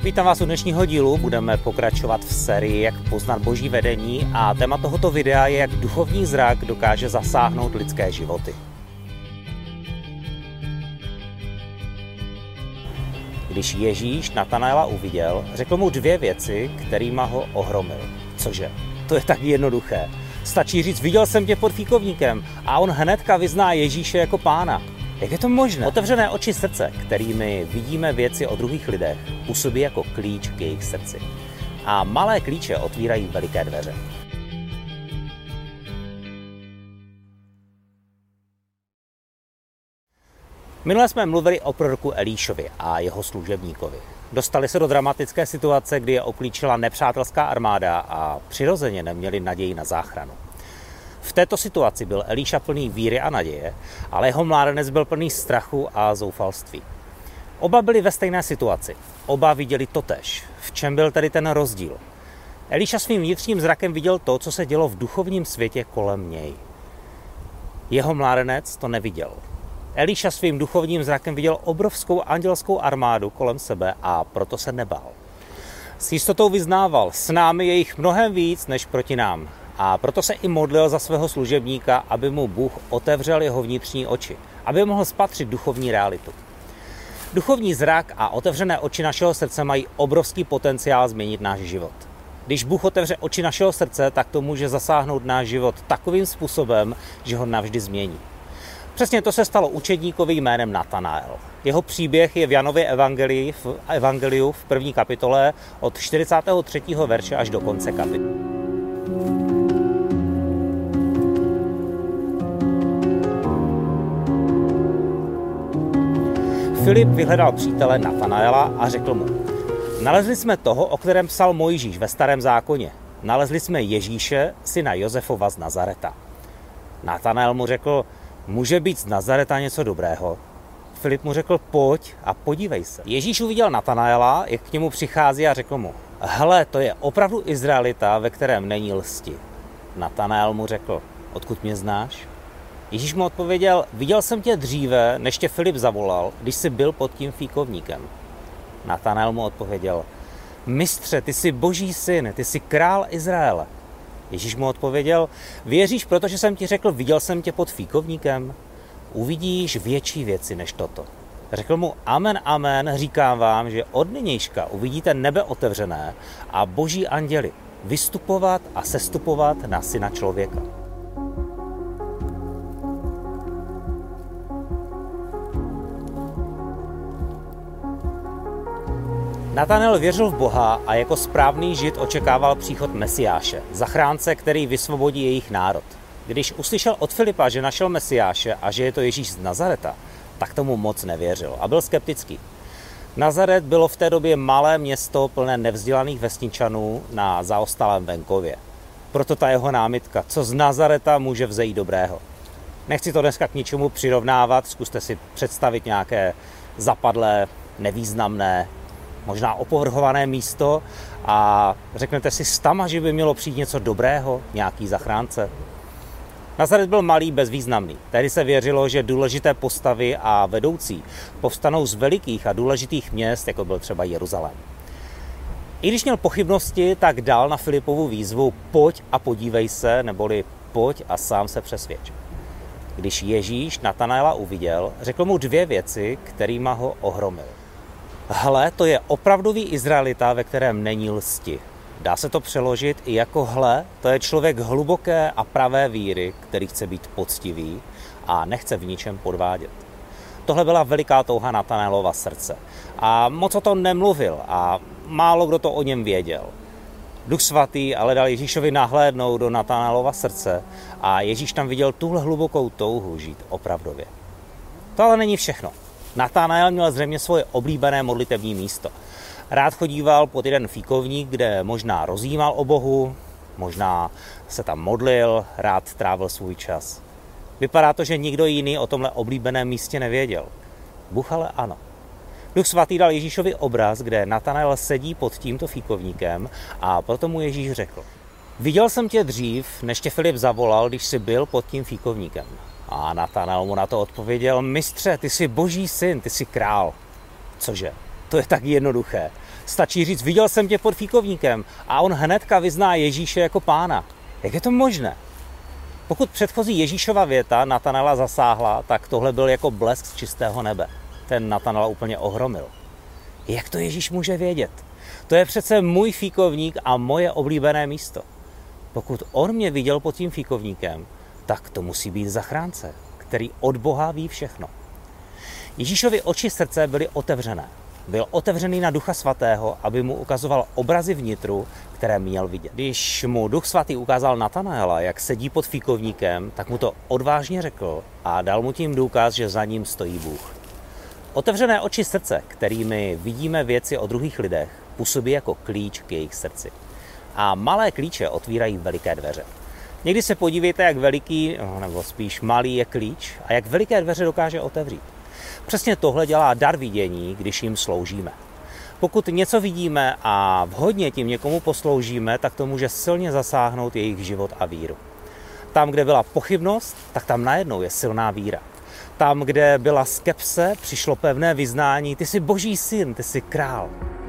Vítám vás u dnešního dílu, budeme pokračovat v sérii Jak poznat boží vedení a téma tohoto videa je, jak duchovní zrak dokáže zasáhnout lidské životy. Když Ježíš Natanaela uviděl, řekl mu dvě věci, kterýma ho ohromil. Cože? To je tak jednoduché. Stačí říct, viděl jsem tě pod fíkovníkem a on hnedka vyzná Ježíše jako pána. Jak je to možné? Otevřené oči srdce, kterými vidíme věci o druhých lidech, působí jako klíč k jejich srdci. A malé klíče otvírají veliké dveře. Minule jsme mluvili o proroku Elíšovi a jeho služebníkovi. Dostali se do dramatické situace, kdy je obklíčila nepřátelská armáda a přirozeně neměli naději na záchranu. V této situaci byl Elíša plný víry a naděje, ale jeho mládenec byl plný strachu a zoufalství. Oba byli ve stejné situaci. Oba viděli totéž. V čem byl tedy ten rozdíl? Elíša svým vnitřním zrakem viděl to, co se dělo v duchovním světě kolem něj. Jeho mládenec to neviděl. Elíša svým duchovním zrakem viděl obrovskou andělskou armádu kolem sebe a proto se nebál. S jistotou vyznával, s námi je jich mnohem víc než proti nám. A proto se i modlil za svého služebníka, aby mu Bůh otevřel jeho vnitřní oči, aby mohl spatřit duchovní realitu. Duchovní zrak a otevřené oči našeho srdce mají obrovský potenciál změnit náš život. Když Bůh otevře oči našeho srdce, tak to může zasáhnout náš život takovým způsobem, že ho navždy změní. Přesně to se stalo učedníkovi jménem Natanael. Jeho příběh je v Janově evangeliu v 1. kapitole od 43. verše až do konce kapitoly. Filip vyhledal přítele Natanaela a řekl mu, nalezli jsme toho, o kterém psal Mojžíš ve Starém zákoně. Nalezli jsme Ježíše, syna Josefova z Nazareta. Natanael mu řekl, může být z Nazareta něco dobrého? Filip mu řekl, pojď a podívej se. Ježíš uviděl Natanaela, jak k němu přichází a řekl mu, hele, to je opravdu Izraelita, ve kterém není lsti. Natanael mu řekl, odkud mě znáš? Ježíš mu odpověděl, viděl jsem tě dříve, než tě Filip zavolal, když jsi byl pod tím fíkovníkem. Natanael mu odpověděl, mistře, ty jsi boží syn, ty jsi král Izraele. Ježíš mu odpověděl, věříš, protože jsem ti řekl, viděl jsem tě pod fíkovníkem? Uvidíš větší věci než toto. Řekl mu, amen, amen, říkám vám, že od nynějška uvidíte nebe otevřené a boží anděli vystupovat a sestupovat na syna člověka. Natanael věřil v Boha a jako správný Žid očekával příchod Mesiáše, zachránce, který vysvobodí jejich národ. Když uslyšel od Filipa, že našel Mesiáše a že je to Ježíš z Nazareta, tak tomu moc nevěřil a byl skeptický. Nazaret bylo v té době malé město plné nevzdělaných vesničanů na zaostalém venkově. Proto ta jeho námitka, co z Nazareta může vzejít dobrého. Nechci to dneska k ničemu přirovnávat, zkuste si představit nějaké zapadlé, nevýznamné, možná opovrhované místo a řeknete si stama, že by mělo přijít něco dobrého, nějaký zachránce. Nazaret byl malý, bezvýznamný. Tehdy se věřilo, že důležité postavy a vedoucí povstanou z velikých a důležitých měst, jako byl třeba Jeruzalém. I když měl pochybnosti, tak dal na Filipovu výzvu pojď a podívej se, neboli pojď a sám se přesvědč. Když Ježíš Natanaela uviděl, řekl mu dvě věci, kterýma ho ohromil. Hle, to je opravdový Izraelita, ve kterém není lsti. Dá se to přeložit i jako hle, to je člověk hluboké a pravé víry, který chce být poctivý a nechce v ničem podvádět. Tohle byla veliká touha Natanaelova srdce. A moc o tom nemluvil a málo kdo to o něm věděl. Duch svatý ale dal Ježíšovi nahlédnout do Natanaelova srdce a Ježíš tam viděl tuhle hlubokou touhu žít opravdově. To ale není všechno. Natanael měl zřejmě svoje oblíbené modlitevní místo. Rád chodíval pod jeden fíkovník, kde možná rozjímal o Bohu, možná se tam modlil, rád trávil svůj čas. Vypadá to, že nikdo jiný o tomhle oblíbeném místě nevěděl. Bůh ale ano. Duch svatý dal Ježíšovi obraz, kde Natanael sedí pod tímto fíkovníkem a proto mu Ježíš řekl. Viděl jsem tě dřív, než tě Filip zavolal, když jsi byl pod tím fíkovníkem. A Natanael mu na to odpověděl, mistře, ty jsi boží syn, ty jsi král. Cože? To je tak jednoduché. Stačí říct, viděl jsem tě pod fíkovníkem a on hnedka vyzná Ježíše jako pána. Jak je to možné? Pokud předchozí Ježíšova věta Natanaela zasáhla, tak tohle byl jako blesk z čistého nebe. Ten Natanaela úplně ohromil. Jak to Ježíš může vědět? To je přece můj fíkovník a moje oblíbené místo. Pokud on mě viděl pod tím fíkovníkem, tak to musí být zachránce, který od Boha ví všechno. Ježíšovi oči srdce byly otevřené. Byl otevřený na Ducha Svatého, aby mu ukazoval obrazy vnitru, které měl vidět. Když mu Duch Svatý ukázal Natanaela, jak sedí pod fíkovníkem, tak mu to odvážně řekl a dal mu tím důkaz, že za ním stojí Bůh. Otevřené oči srdce, kterými vidíme věci o druhých lidech, působí jako klíč k jejich srdci. A malé klíče otvírají veliké dveře. Někdy se podívejte, jak veliký, nebo spíš malý je klíč a jak veliké dveře dokáže otevřít. Přesně tohle dělá dar vidění, když jim sloužíme. Pokud něco vidíme a vhodně tím někomu posloužíme, tak to může silně zasáhnout jejich život a víru. Tam, kde byla pochybnost, tak tam najednou je silná víra. Tam, kde byla skepse, přišlo pevné vyznání, ty jsi Boží syn, ty jsi král.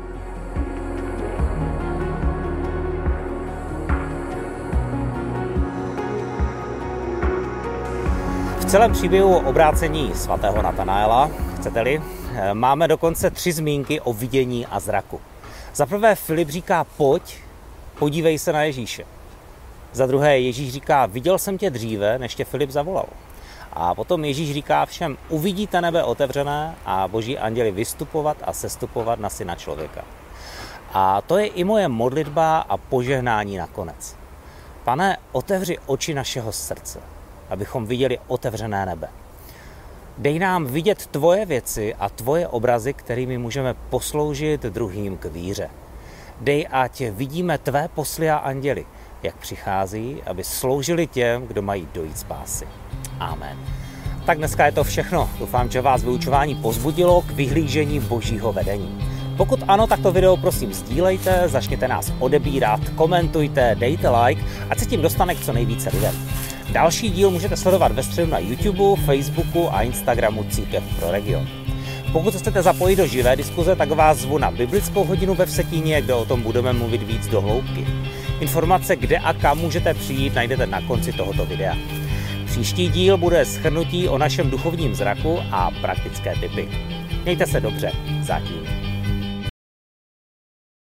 V celém příběhu o obrácení svatého Natanaela, chcete-li, máme dokonce 3 zmínky o vidění a zraku. Za prvé Filip říká, pojď, podívej se na Ježíše. Za druhé Ježíš říká, viděl jsem tě dříve, než tě Filip zavolal. A potom Ježíš říká všem, uvidíte nebe otevřené a boží anděli vystupovat a sestupovat na syna člověka. A to je i moje modlitba a požehnání nakonec. Pane, otevři oči našeho srdce, abychom viděli otevřené nebe. Dej nám vidět tvoje věci a tvoje obrazy, kterými můžeme posloužit druhým k víře. Dej, ať vidíme tvé posly a anděli, jak přichází, aby sloužili těm, kdo mají dojít spásy. Amen. Tak dneska je to všechno. Doufám, že vás vyučování povzbudilo k vyhlížení božího vedení. Pokud ano, tak to video prosím sdílejte, začněte nás odebírat, komentujte, dejte like, ať se tím dostane k co nejvíce lidem. Další díl můžete sledovat ve středu na YouTube, Facebooku a Instagramu Církev pro region. Pokud se chcete zapojit do živé diskuze, tak vás zvu na biblickou hodinu ve Vsetíně, kde o tom budeme mluvit víc do hloubky. Informace, kde a kam můžete přijít, najdete na konci tohoto videa. Příští díl bude shrnutí o našem duchovním zraku a praktické tipy. Mějte se dobře, zatím.